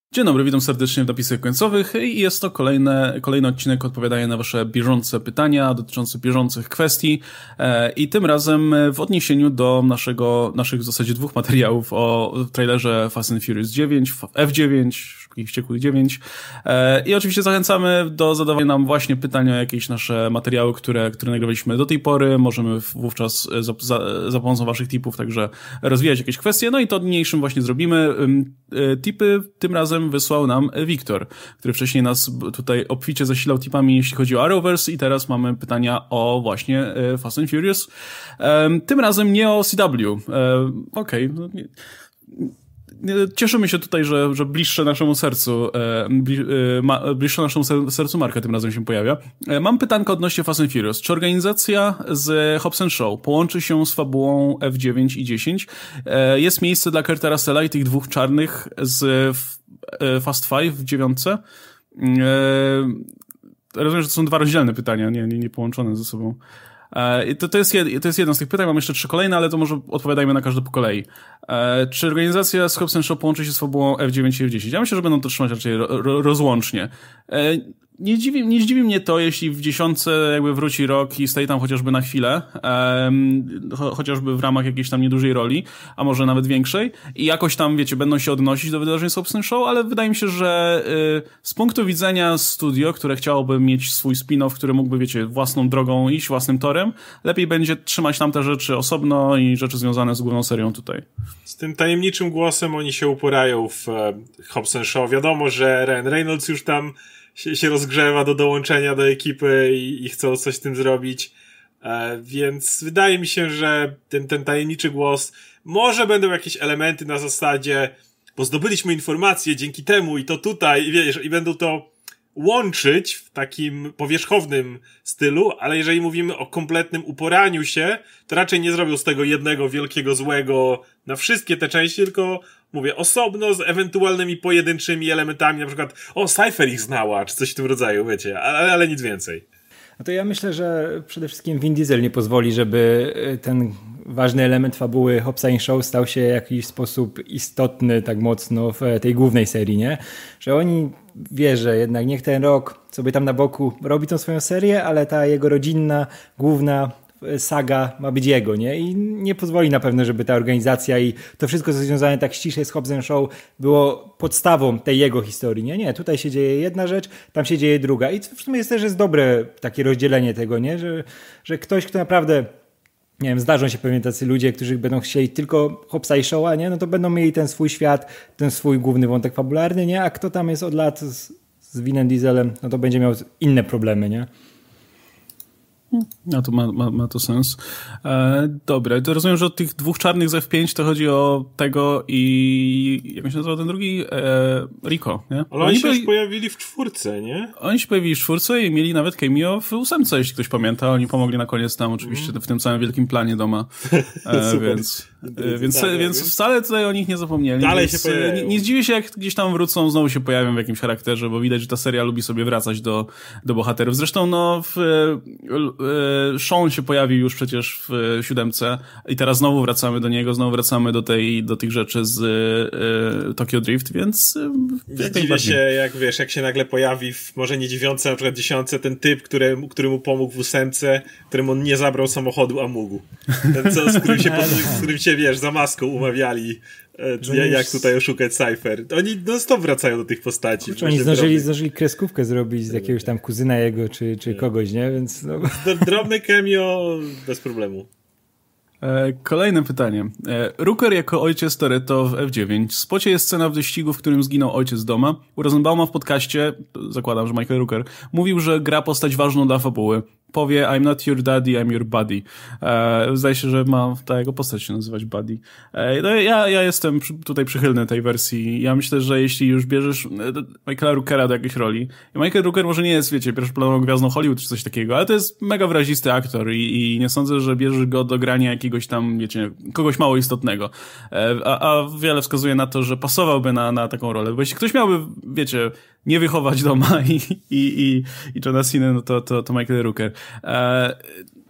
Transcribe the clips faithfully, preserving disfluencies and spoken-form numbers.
Dzień dobry, witam serdecznie w napisach końcowych i jest to kolejne, kolejny odcinek odpowiadania na wasze bieżące pytania dotyczące bieżących kwestii i tym razem w odniesieniu do naszego, naszych w zasadzie dwóch materiałów o trailerze Fast and Furious dziewięć, F dziewięć, Szybkich Wściekłych dziewięć i oczywiście zachęcamy do zadawania nam właśnie pytań o jakieś nasze materiały, które, które nagrywaliśmy do tej pory. Możemy wówczas za, za, za pomocą waszych tipów także rozwijać jakieś kwestie, no i to niniejszym właśnie zrobimy. Tipy tym razem wysłał nam Wiktor, który wcześniej nas tutaj obficie zasilał tipami, jeśli chodzi o Arrowverse i teraz mamy pytania o właśnie Fast and Furious. Tym razem nie o C W. Okej. Okay. Cieszymy się tutaj, że, że bliższe naszemu sercu, bliższe naszemu sercu marka tym razem się pojawia. Mam pytankę odnośnie Fast and Furious. Czy organizacja z Hobbs and Shaw połączy się z fabułą F dziewięć i dziesięć? Jest miejsce dla Kurta Russella i tych dwóch czarnych z Fast Five w dziewiątce? Rozumiem, że to są dwa rozdzielne pytania, nie, nie, nie połączone ze sobą. To, to, jest jed, to jest jedno z tych pytań, mam jeszcze trzy kolejne, ale to może odpowiadajmy na każde po kolei. Czy organizacja z Hobbs and Shaw połączy się z fabułą F dziewięć i F dziesięć? Ja myślę, że będą to trzymać raczej ro, ro, rozłącznie. Nie dziwi, nie zdziwi mnie to, jeśli w dziesiątce jakby wróci Rock i stoi tam chociażby na chwilę, um, cho, chociażby w ramach jakiejś tam niedużej roli, a może nawet większej i jakoś tam, wiecie, będą się odnosić do wydarzeń z Hobbs and Shaw, ale wydaje mi się, że y, z punktu widzenia studio, które chciałoby mieć swój spin-off, który mógłby, wiecie, własną drogą iść, własnym torem, lepiej będzie trzymać tam te rzeczy osobno i rzeczy związane z główną serią tutaj. Z tym tajemniczym głosem oni się uporają w e, Hobbs and Shaw. Wiadomo, że Ryan Reynolds już tam się, się rozgrzewa do dołączenia do ekipy i, i chcą coś z tym zrobić. E, więc wydaje mi się, że ten, ten tajemniczy głos, może będą jakieś elementy na zasadzie, bo zdobyliśmy informacje dzięki temu i to tutaj, i wiesz, i będą to łączyć w takim powierzchownym stylu, ale jeżeli mówimy o kompletnym uporaniu się, to raczej nie zrobią z tego jednego wielkiego złego na wszystkie te części, tylko mówię osobno z ewentualnymi pojedynczymi elementami, na przykład o, Cypher ich znała, czy coś w tym rodzaju, wiecie, ale, ale nic więcej. No to ja myślę, że przede wszystkim Vin Diesel nie pozwoli, żeby ten ważny element fabuły Hobbsa and Shaw stał się w jakiś sposób istotny tak mocno w tej głównej serii, nie? Że oni wie, że jednak niech ten Rock sobie tam na boku robi tą swoją serię, ale ta jego rodzinna, główna saga ma być jego, nie? I nie pozwoli na pewno, żeby ta organizacja i to wszystko, co związane tak ściśle z Hobbs and Shaw było podstawą tej jego historii, nie? Nie, tutaj się dzieje jedna rzecz, tam się dzieje druga i w sumie jest też jest dobre takie rozdzielenie tego, nie? Że, że ktoś, kto naprawdę, nie wiem, zdarzą się pewnie tacy ludzie, którzy będą chcieli tylko Hobbsa i Shawa, nie? No to będą mieli ten swój świat, ten swój główny wątek fabularny, nie? A kto tam jest od lat z, z Vinem Dieselem, no to będzie miał inne problemy, nie? No to ma, ma, ma to sens. E, dobra, to rozumiem, że od tych dwóch czarnych z F pięć to chodzi o tego i jak się nazywa ten drugi? E, Rico, nie? Ale oni, oni się byli, już pojawili w czwórce, nie? Oni się pojawili w czwórce i mieli nawet cameo w ósemce, jeśli ktoś pamięta. Oni pomogli na koniec tam oczywiście mm. w tym całym wielkim planie doma. E, więc e, więc, tak, więc więc wcale tutaj o nich nie zapomnieli. Dalej więc, się pojawiają. Nie, nie zdziwię się, jak gdzieś tam wrócą, znowu się pojawią w jakimś charakterze, bo widać, że ta seria lubi sobie wracać do, do bohaterów. Zresztą no w Sean się pojawił już przecież w siódemce i teraz znowu wracamy do niego, znowu wracamy do tej, do tych rzeczy z y, Tokyo Drift, więc y, dziwię się, jak wiesz, jak się nagle pojawi w może nie dziewiątce, na przykład dziesiątce ten typ, który, który mu pomógł w ósemce, któremu on nie zabrał samochodu, a mógł. Ten, co, z, którym się, z którym się, wiesz, za maską umawiali, e, jak tutaj oszukać Cypher. Oni non stop wracają do tych postaci. Kurczę, oni zdążyli, zdążyli kreskówkę zrobić z jakiegoś tam kuzyna jego, czy, czy kogoś, nie? Więc no. Drobne cameo bez problemu. Kolejne pytanie. Rooker jako ojciec Toretto w F dziewięć. W spocie jest scena w wyścigu, w którym zginął ojciec doma. U Rosenbauma w podcaście, zakładam, że Michael Rooker, mówił, że gra postać ważną dla fabuły. Powie I'm not your daddy, I'm your buddy. E, zdaje się, że ma ta jego postać się nazywać buddy. E, no ja, ja jestem przy, tutaj przychylny tej wersji. Ja myślę, że jeśli już bierzesz Michaela Rookera do jakiejś roli, i Michael Rooker może nie jest, wiecie, pierwszoplanową gwiazdą Hollywood czy coś takiego, ale to jest mega wyrazisty aktor i, i nie sądzę, że bierzesz go do grania jakiegoś tam, wiecie, kogoś mało istotnego. E, a, a wiele wskazuje na to, że pasowałby na, na taką rolę. Bo jeśli ktoś miałby, wiecie, nie wychować doma i, i, i, i Johna Cena, no to, to, to Michael Rooker. E,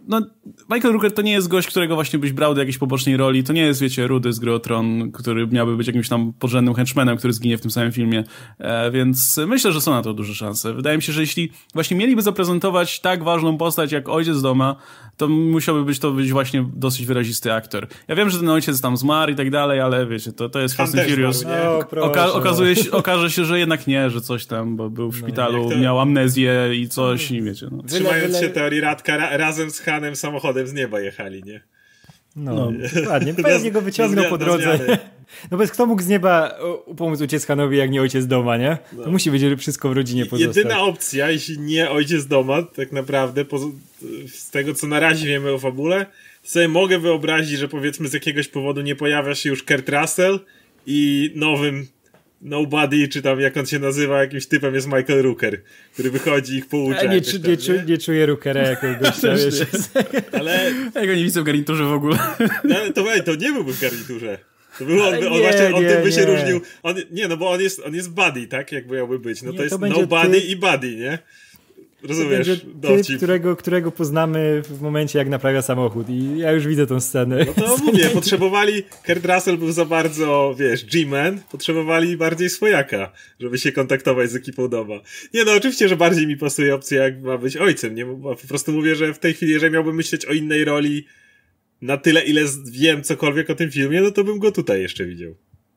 no, Michael Rooker to nie jest gość, którego właśnie byś brał do jakiejś pobocznej roli, to nie jest, wiecie, Rudy z Gry o Tron, który miałby być jakimś tam podrzędnym henchmanem, który zginie w tym samym filmie, e, więc myślę, że są na to duże szanse. Wydaje mi się, że jeśli właśnie mieliby zaprezentować tak ważną postać jak ojciec Doma, to musiałby być to być właśnie dosyć wyrazisty aktor. Ja wiem, że ten ojciec tam zmarł i tak dalej, ale wiecie, to, to jest Fast and Furious. No, Oka- okazuje się, okaże się, że jednak nie, że coś tam, bo był w szpitalu, no, to... miał amnezję i coś i wiecie. No. Trzymając wyle, wyle... się teorii Radka, ra- razem z Hanem samochodem z nieba jechali, nie? No, no. Dokładnie. Pewnie go wyciągnął po drodze. No bez kto mógł z nieba pomóc uciec Hanowi, jak nie ojciec Doma, nie? No. To musi być wszystko w rodzinie pozostać. Jedyna opcja, jeśli nie ojciec Doma, tak naprawdę, z tego co na razie wiemy o fabule, sobie mogę wyobrazić, że powiedzmy z jakiegoś powodu nie pojawia się już Kurt Russell i nowym Nobody, czy tam jak on się nazywa, jakimś typem jest Michael Rooker, który wychodzi i ich poucza. Ja nie, tam, nie, nie? nie czuję Rookera jakiegoś, wiesz. Ale... Ja go nie widzę w garniturze w ogóle. No, to, to nie byłby w garniturze. To był on, on nie, właśnie, on nie, tym by się nie. różnił. On, nie, no bo on jest, on jest buddy, tak? Jakby miałby być. No nie, to jest to Nobody ty... i buddy, nie? Rozumiesz? Typ, którego, którego poznamy w momencie, jak naprawia samochód i ja już widzę tą scenę. No to mówię, potrzebowali, Kurt Russell był za bardzo, wiesz, G-Man, potrzebowali bardziej swojaka, żeby się kontaktować z ekipą Doma. Nie no, oczywiście, że bardziej mi pasuje opcja, jak ma być ojcem, nie? Po prostu mówię, że w tej chwili, jeżeli miałbym myśleć o innej roli na tyle, ile wiem cokolwiek o tym filmie, no to bym go tutaj jeszcze widział.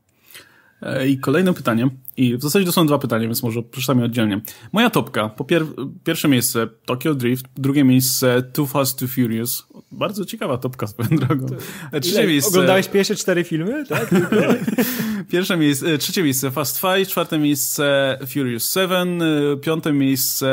I kolejne pytanie. I w zasadzie to są dwa pytania, więc może przeczytam je oddzielnie. Moja topka. Po pier- pierwsze miejsce Tokyo Drift, drugie miejsce Too Fast, Too Furious. Bardzo ciekawa topka swoją drogą. Trzecie miejsce... Oglądałeś pierwsze cztery filmy? Tak? Pierwsze miejsce, trzecie miejsce Fast Five, czwarte miejsce Furious Seven, piąte miejsce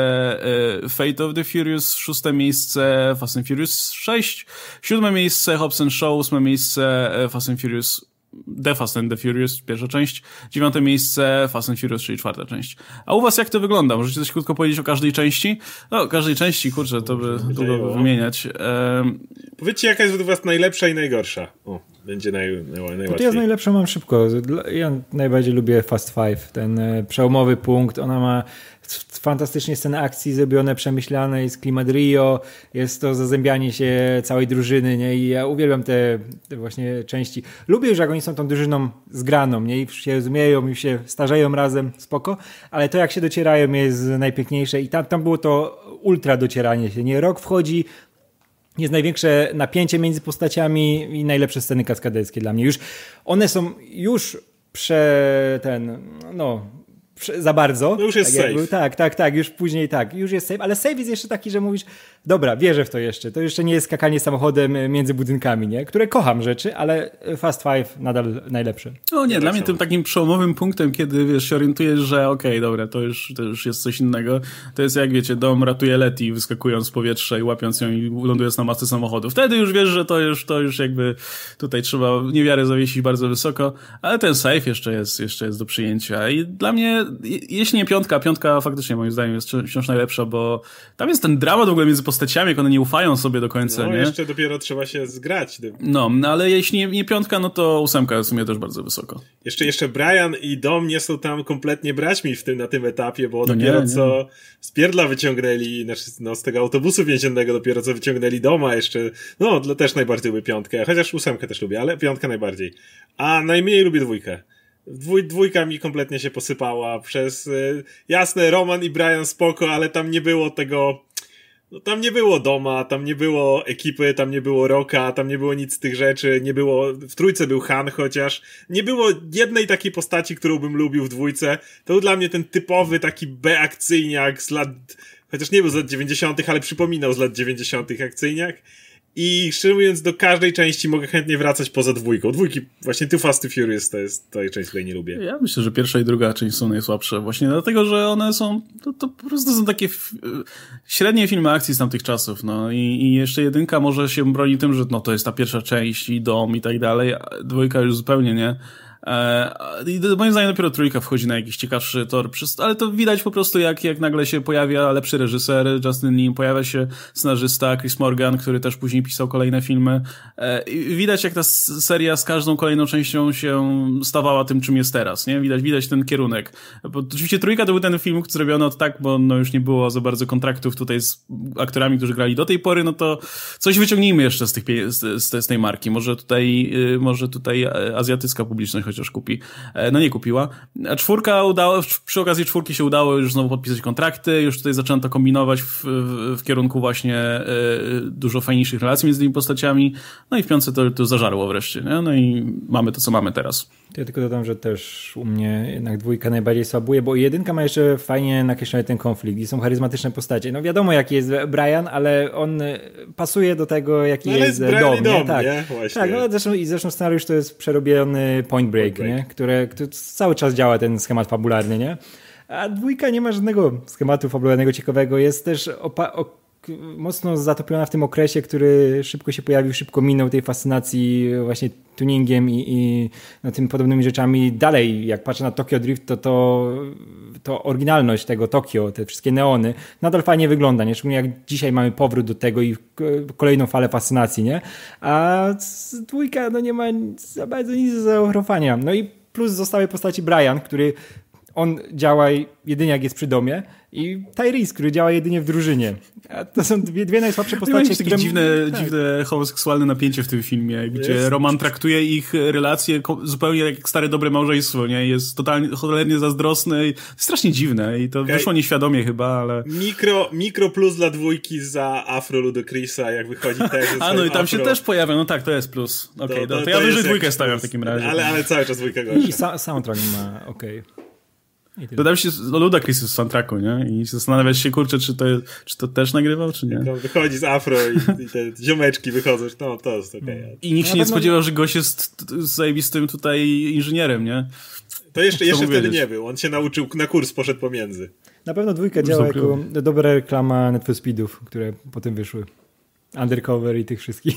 Fate of the Furious, szóste miejsce Fast and Furious sześć, siódme miejsce Hobbs and Shaw, ósme miejsce Fast and Furious The Fast and the Furious, pierwsza część, dziewiąte miejsce Fast and Furious, czyli czwarta część. A u was jak to wygląda? Możecie coś krótko powiedzieć o każdej części? No, o każdej części, kurczę, to by długo by wymieniać. Um... Powiedzcie, jaka jest według was najlepsza i najgorsza? O, będzie naj, naj, najłatwiej. No to ja z najlepszą mam szybko. Ja najbardziej lubię Fast Five, ten przełomowy punkt. Ona ma fantastycznie sceny akcji zrobione, przemyślane, jest klimat Rio, jest to zazębianie się całej drużyny, nie? I ja uwielbiam te, te właśnie części. Lubię już, jak oni są tą drużyną zgraną, nie? I się rozumieją, i się starzeją razem, spoko, ale to, jak się docierają, jest najpiękniejsze i tam, tam było to ultra docieranie się, nie? Rok wchodzi, jest największe napięcie między postaciami i najlepsze sceny kaskaderskie dla mnie. Już one są już prze ten, no za bardzo. No już jest tak, safe. Jakby, tak, tak, tak, już później tak, już jest safe, ale safe jest jeszcze taki, że mówisz, dobra, wierzę w to jeszcze, to jeszcze nie jest skakanie samochodem między budynkami, nie? Które kocham rzeczy, ale Fast Five nadal najlepsze. O nie, dla mnie tym takim przełomowym punktem, kiedy wiesz, się orientujesz, że okej, okay, dobra, to już, to już jest coś innego, to jest jak wiecie, Dom ratuje Letty, wyskakując z powietrza i łapiąc ją i lądując na masce samochodu. Wtedy już wiesz, że to już, to już jakby tutaj trzeba niewiarę zawiesić bardzo wysoko, ale ten safe jeszcze jest, jeszcze jest do przyjęcia i dla mnie jeśli nie piątka, piątka faktycznie moim zdaniem jest wciąż najlepsza, bo tam jest ten dramat w ogóle między postaciami, jak one nie ufają sobie do końca, no, nie? jeszcze dopiero trzeba się zgrać. No, ale jeśli nie, nie piątka, no to ósemka jest w sumie też bardzo wysoko. Jeszcze, jeszcze Brian i Dom nie są tam kompletnie braćmi w tym, na tym etapie, bo no dopiero nie, co nie. z pierdla wyciągnęli, znaczy no, z tego autobusu więziennego dopiero co wyciągnęli Doma jeszcze, no dla też najbardziej lubię piątkę, chociaż ósemkę też lubię, ale piątkę najbardziej. A najmniej lubię dwójkę. Dwój, dwójka mi kompletnie się posypała przez, y, jasne, Roman i Brian spoko, ale tam nie było tego, no tam nie było Doma, tam nie było ekipy, tam nie było Rocka, tam nie było nic z tych rzeczy, nie było, w trójce był Han chociaż, nie było jednej takiej postaci, którą bym lubił w dwójce. To był dla mnie ten typowy taki B-akcyjniak z lat, chociaż nie był z lat dziewięćdziesiątych, ale przypominał z lat dziewięćdziesiątych akcyjniak. I szczerze mówiąc, do każdej części mogę chętnie wracać poza dwójką. Dwójki, właśnie Too Fast, Too Furious to jest ta część, której nie lubię. Ja myślę, że pierwsza i druga część są najsłabsze. Właśnie dlatego, że one są, to, to po prostu są takie f- średnie filmy akcji z tamtych czasów. No I, i jeszcze jedynka może się broni tym, że no to jest ta pierwsza część i dom i tak dalej, a dwójka już zupełnie nie. I moim zdaniem dopiero trójka wchodzi na jakiś ciekawszy tor, ale to widać po prostu jak, jak nagle się pojawia lepszy reżyser Justin Lin, pojawia się scenarzysta Chris Morgan, który też później pisał kolejne filmy. I widać jak ta seria z każdą kolejną częścią się stawała tym, czym jest teraz, nie? Widać, widać ten kierunek. Bo oczywiście trójka to był ten film, który zrobiono od tak, bo no już nie było za bardzo kontraktów tutaj z aktorami, którzy grali do tej pory, no to coś wyciągnijmy jeszcze z, tych, z, z tej marki. Może tutaj, może tutaj azjatycka publiczność chociaż kupi. No nie kupiła. A czwórka udało, przy okazji czwórki się udało już znowu podpisać kontrakty, już tutaj zaczęto kombinować w, w, w kierunku właśnie y, dużo fajniejszych relacji między tymi postaciami. No i w piątce to, to zażarło wreszcie, nie? No i mamy to, co mamy teraz. Ja tylko dodam, że też u mnie jednak dwójka najbardziej słabuje, bo jedynka ma jeszcze fajnie nakreślony ten konflikt i są charyzmatyczne postacie. No wiadomo, jaki jest Brian, ale on pasuje do tego, jaki no, jest Brian dom. I dom, nie? Tak, nie? Właśnie. tak, no zresztą, i zresztą scenariusz to jest przerobiony Point Break, Point Break. Nie? Które, który cały czas działa ten schemat fabularny, nie? A dwójka nie ma żadnego schematu fabularnego ciekawego, jest też opa- o mocno zatopiona w tym okresie, który szybko się pojawił, szybko minął tej fascynacji właśnie tuningiem i, i no, tym podobnymi rzeczami. Dalej, jak patrzę na Tokyo Drift, to, to to oryginalność tego Tokio, te wszystkie neony, nadal fajnie wygląda, nie? Szczególnie jak dzisiaj mamy powrót do tego i kolejną falę fascynacji, nie? A dwójka no nie ma za bardzo nic do zaoferowania. No i plus zostały postaci Brian, który on działa jedynie jak jest przy domie i Tyrese, który działa jedynie w drużynie. A to są dwie, dwie najsłabsze postacie. Jest takie dziwne, tak. dziwne homoseksualne napięcie w tym filmie, gdzie jest. Roman traktuje ich relacje zupełnie jak stare dobre małżeństwo, nie? Jest totalnie, cholernie zazdrosny i strasznie dziwne i to okay. wyszło nieświadomie chyba, ale... Mikro, mikro plus dla dwójki za afro Ludocrisa, jak wychodzi też. A no i tam afro. Się też pojawia, no tak, to jest plus. Okej, okay, to, to, to, to ja wyżej dwójkę stawiam w takim razie. Ale, ale cały czas dwójka gorsza. I sa- soundtrack ma, okej. Okay. Dodam się no, Ludacris z soundtracku, nie? I zastanawiać się, kurczę, czy to, czy to też nagrywał, czy nie? No, wychodzi z afro i, i te ziomeczki wychodzą, no to jest okej. Okay. I nikt się nie spodziewał, że gość jest zajebistym tutaj inżynierem, nie? To jeszcze, jeszcze wtedy nie był. On się nauczył, na kurs poszedł pomiędzy. Na pewno dwójka działa jako dobra reklama Need for Speedów, które potem wyszły. Undercover i tych wszystkich.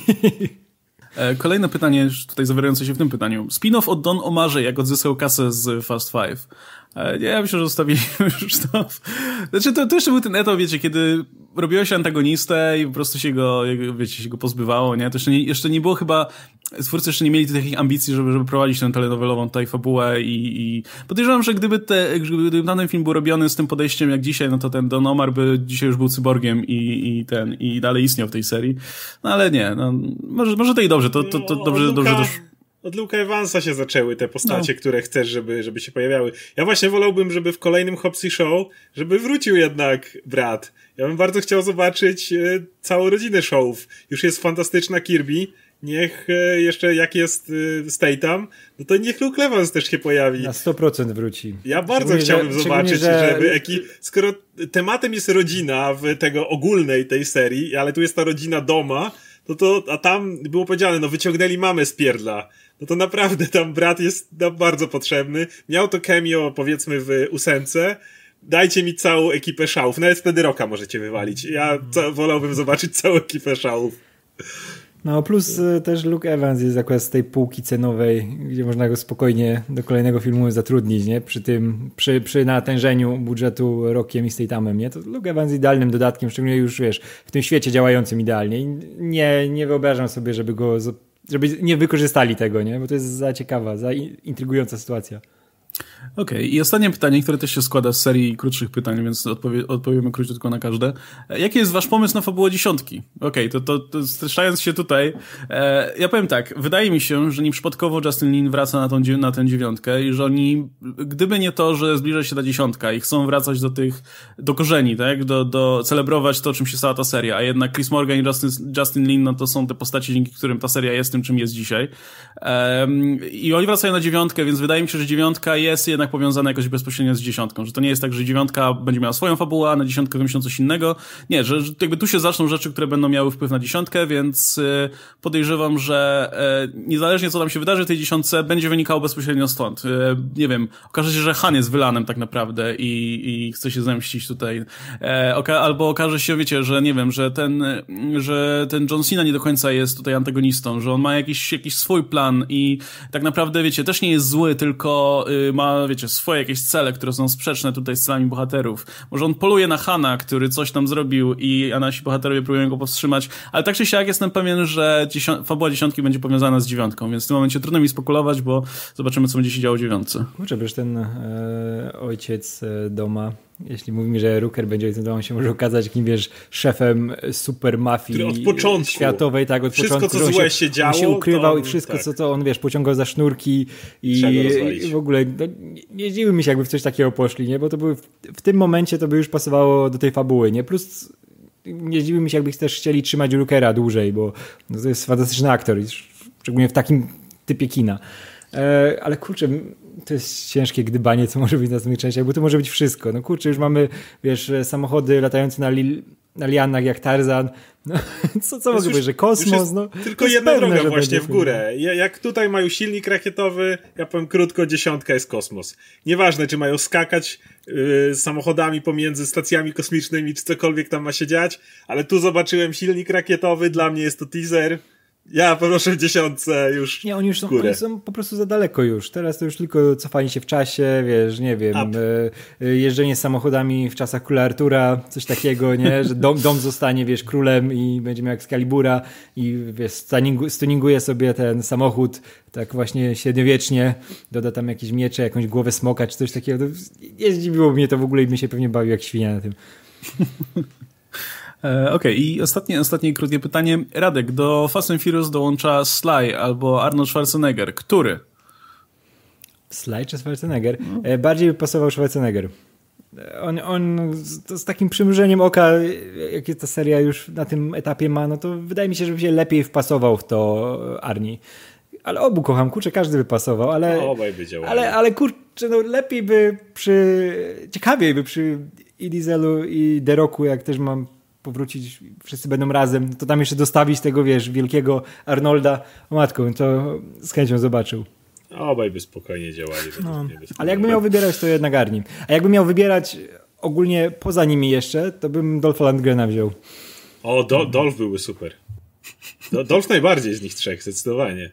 Kolejne pytanie, tutaj zawierające się w tym pytaniu. Spin-off od Don Omarze, jak odzyskał kasę z Fast Five. Ja myślę, że zostawiliśmy już to. Znaczy, to, to jeszcze był ten etap, wiecie, kiedy robiło się antagonistę i po prostu się go, wiecie, się go pozbywało, nie? To jeszcze nie, jeszcze nie było chyba, twórcy jeszcze nie mieli takich ambicji, żeby, żeby prowadzić tę telenowelową tutaj fabułę i, i podejrzewam, że gdyby, te, gdyby ten film był robiony z tym podejściem jak dzisiaj, no to ten Don Omar by dzisiaj już był cyborgiem i, i ten, i dalej istniał w tej serii. No ale nie, no, może, może to i dobrze, to, to, to dobrze, dobrze też... Od Luke'a Evansa się zaczęły te postacie, no. które chcesz, żeby, żeby się pojawiały. Ja właśnie wolałbym, żeby w kolejnym Hobbs i Shaw, żeby wrócił jednak brat. Ja bym bardzo chciał zobaczyć e, całą rodzinę Shawów. Już jest fantastyczna Kirby. Niech e, jeszcze jak jest e, Statham, no to niech Luke Evans też się pojawi. Na sto procent wróci. Ja bardzo chciałbym że, zobaczyć, że... żeby eki... skoro tematem jest rodzina w tego ogólnej tej serii, ale tu jest ta rodzina doma, no to, a tam było powiedziane, no wyciągnęli mamę z pierdla. No to naprawdę tam brat jest nam bardzo potrzebny. Miał to cameo, powiedzmy, w ósemce. Dajcie mi całą ekipę Shawów. Nawet wtedy Rocka możecie wywalić. Ja ca- wolałbym zobaczyć całą ekipę Shawów. No plus też Luke Evans jest akurat z tej półki cenowej, gdzie można go spokojnie do kolejnego filmu zatrudnić, nie? Przy tym, przy, przy natężeniu budżetu Rockiem i Stathamem, nie? To Luke Evans idealnym dodatkiem, szczególnie już, wiesz, w tym świecie działającym idealnie. I nie, nie wyobrażam sobie, żeby go, żeby nie wykorzystali tego, nie? Bo to jest za ciekawa, za intrygująca sytuacja. Okej, okay. I ostatnie pytanie, które też się składa z serii krótszych pytań, więc odpowie, odpowiemy króciutko na każde. Jaki jest wasz pomysł na fabułę dziesiątki? Okej, okay, to, to, to streszczając się tutaj, e, ja powiem tak, wydaje mi się, że nieprzypadkowo Justin Lin wraca na, tą, na tę dziewiątkę i że oni, gdyby nie to, że zbliża się ta dziesiątka i chcą wracać do tych, do korzeni, tak, do, do celebrować to, czym się stała ta seria, a jednak Chris Morgan i Justin, Justin Lin, no to są te postacie, dzięki którym ta seria jest tym, czym jest dzisiaj. E, I oni wracają na dziewiątkę, więc wydaje mi się, że dziewiątka jest jednak powiązane jakoś bezpośrednio z dziesiątką, że to nie jest tak, że dziewiątka będzie miała swoją fabułę, a na dziesiątkę wymyślą coś innego. Nie, że, że jakby tu się zaczną rzeczy, które będą miały wpływ na dziesiątkę, więc y, podejrzewam, że y, niezależnie co tam się wydarzy w tej dziesiątce, będzie wynikało bezpośrednio stąd. Y, nie wiem, okaże się, że Han jest wylanem tak naprawdę i, i chce się zemścić tutaj. E, oka- albo okaże się, wiecie, że nie wiem, że ten, że ten John Cena nie do końca jest tutaj antagonistą, że on ma jakiś, jakiś swój plan i tak naprawdę, wiecie, też nie jest zły, tylko y, ma, wiecie, swoje jakieś cele, które są sprzeczne tutaj z celami bohaterów. Może on poluje na Hana, który coś tam zrobił i a nasi bohaterowie próbują go powstrzymać, ale tak czy siak jestem pewien, że dziesią- fabuła dziesiątki będzie powiązana z dziewiątką, więc w tym momencie trudno mi spekulować, bo zobaczymy, co będzie się działo w dziewiątce. Kurczę, przecież ten e, ojciec e, Doma, jeśli mówimy, że Rooker będzie ojcem Doma, się może okazać jakim, wiesz, szefem super mafii od początku. światowej, tak, od wszystko, początku. Wszystko, co złe się, się działo, on się ukrywał on, i wszystko, tak. co to on, wiesz, pociągał za sznurki i, i w ogóle no, nie, nie zdziwił mi się, jakby w coś takiego poszli, nie? Bo to by w, w tym momencie to by już pasowało do tej fabuły, nie? Plus nie zdziwił mi się, jakby też chcieli trzymać Rookera dłużej, bo no, to jest fantastyczny aktor, szczególnie w takim typie kina. E, ale kurczę, to jest ciężkie gdybanie, co może być w następnych częściach, bo to może być wszystko. No kurczę, już mamy, wiesz, samochody latające na, li, na lianach jak Tarzan. No, co co mogę powiedzieć, że kosmos? No, tylko jedna pewne, droga właśnie w górę. Jak tutaj mają silnik rakietowy, ja powiem krótko, dziesiątka jest kosmos. Nieważne, czy mają skakać yy, samochodami pomiędzy stacjami kosmicznymi, czy cokolwiek tam ma się dziać, ale tu zobaczyłem silnik rakietowy, dla mnie jest to teaser. Ja poproszę w dziesiątce już. Nie, oni już są, oni są po prostu za daleko już. Teraz to już tylko cofanie się w czasie, wiesz, nie wiem, e, jeżdżenie samochodami w czasach króla Artura, coś takiego, nie, że dom, dom zostanie, wiesz, królem i będzie miał Excalibura i wiesz, stuninguje sobie ten samochód tak właśnie średniowiecznie, doda tam jakieś miecze, jakąś głowę smoka czy coś takiego. To nie zdziwiło mnie to w ogóle i mi się pewnie bawił jak świnia na tym. Okej, okay. I ostatnie, ostatnie krótkie pytanie. Radek, do Fast and Furious dołącza Sly albo Arnold Schwarzenegger. Który? Sly czy Schwarzenegger? No. Bardziej by pasował Schwarzenegger. On, on to z takim przymrużeniem oka, jakie ta seria już na tym etapie ma, no to wydaje mi się, żeby się lepiej wpasował w to Arnie. Ale obu kocham, kurczę, każdy by pasował, ale, no, obaj by działali. ale, ale kurczę, no lepiej by przy, ciekawiej by przy i Dieselu i The Rocku, jak też mam powrócić, wszyscy będą razem, to tam jeszcze dostawić tego, wiesz, wielkiego Arnolda. O matką, to z chęcią zobaczył. Obaj by spokojnie działali. No, ale jakby miał wybierać, to jednak Arnie. A jakby miał wybierać ogólnie poza nimi jeszcze, to bym Dolpha Lundgrena wziął. O, Do- Dolph byłby super. Do- Dolph najbardziej z nich trzech, zdecydowanie.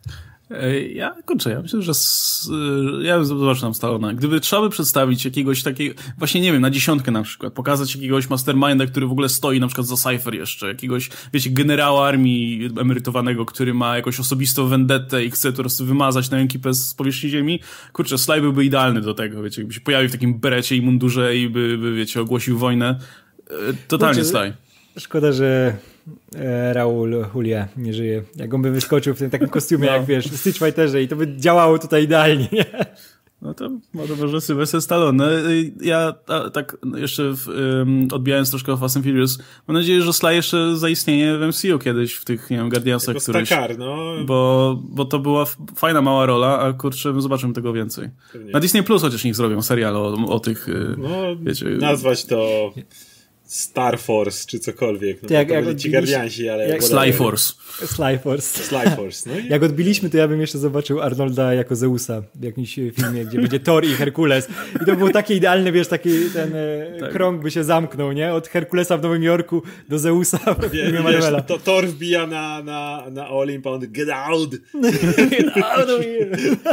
Ja, kurczę, ja myślę, że z, ja zobaczę tam Stallone. Gdyby trzeba by przedstawić jakiegoś takiego, właśnie nie wiem, na dziesiątkę na przykład, pokazać jakiegoś masterminda, który w ogóle stoi na przykład za Cypher jeszcze, jakiegoś, wiecie, generała armii emerytowanego, który ma jakąś osobistą vendettę i chce to po prostu wymazać na ekipę z powierzchni ziemi, kurczę, Sly byłby idealny do tego, wiecie, jakby się pojawił w takim berecie i mundurze i by, by wiecie, ogłosił wojnę. Totalnie kurczę, Sly. Szkoda, że e, Raul Julia nie żyje. Jak on by wyskoczył w tym takim kostiumie, no. jak wiesz, w Street Fighterze i to by działało tutaj idealnie, nie? No to może, może Sylvester Stallone. Ja a, tak jeszcze w, um, odbijając troszkę o Fast and Furious, mam nadzieję, że Sly jeszcze zaistnieje w M C U kiedyś, w tych, nie wiem, Guardiansach któryś. Stakar, no. Bo, bo to była fajna, mała rola, a kurczę, zobaczymy tego więcej. Pewnie. Na Disney Plus chociaż niech zrobią serial o, o tych, no, wiecie... nazwać to... Star Force, czy cokolwiek. No, jak, to jak byli ci Guardiansi, ale... Jak Sly Force. Sly Force. Sly Force, no i... Jak odbiliśmy, to ja bym jeszcze zobaczył Arnolda jako Zeusa w jakimś filmie, gdzie będzie Thor i Herkules. I to był taki idealny, wiesz, taki ten tak. krąg by się zamknął, nie? Od Herkulesa w Nowym Jorku do Zeusa w filmie Marvela. To Thor wbija na, na, na Olymp, on get out! Get out of here!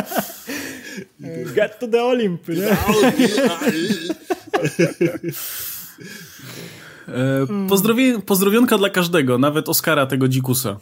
Get to the Olymp, nie? Get out, get out. Pozdrowie, pozdrowionka dla każdego, nawet Oscara tego dzikusa.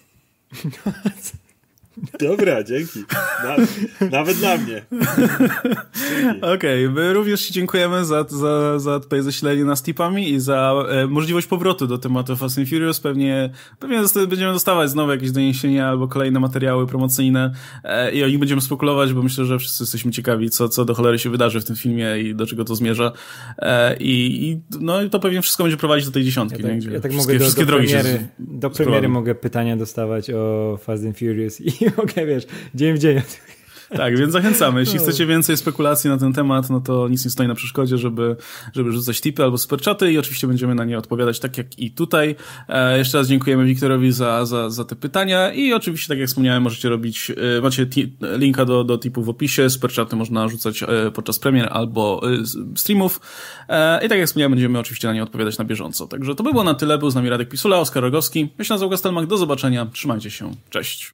Dobra, dzięki. Na, nawet dla mnie. Okej, okay, my również ci dziękujemy za, za, za tutaj zasilenie nas tipami i za e, możliwość powrotu do tematu Fast and Furious. Pewnie, pewnie dosta- będziemy dostawać znowu jakieś doniesienia albo kolejne materiały promocyjne e, i o nich będziemy spekulować, bo myślę, że wszyscy jesteśmy ciekawi, co, co do cholery się wydarzy w tym filmie i do czego to zmierza. E, i, i, no i to pewnie wszystko będzie prowadzić do tej dziesiątki. Ja tak, nie? Gdzie ja tak wszystkie, mogę do, wszystkie do drogi premiery, się do premiery mogę pytania dostawać o Fast and Furious i mogę, wiesz, dzień w dzień. Tak, więc zachęcamy. Jeśli chcecie więcej spekulacji na ten temat, no to nic nie stoi na przeszkodzie, żeby, żeby rzucać tipy albo superchaty i oczywiście będziemy na nie odpowiadać tak jak i tutaj. E, jeszcze raz dziękujemy Wiktorowi za, za, za te pytania i oczywiście, tak jak wspomniałem, możecie robić, e, macie ti, linka do, do tipu w opisie, superchaty można rzucać e, podczas premier albo e, streamów e, i tak jak wspomniałem, będziemy oczywiście na nie odpowiadać na bieżąco. Także to by było na tyle. Był z nami Radek Pisula, Oskar Rogowski. Ja się nazywam Gastelmak. Do zobaczenia. Trzymajcie się. Cześć.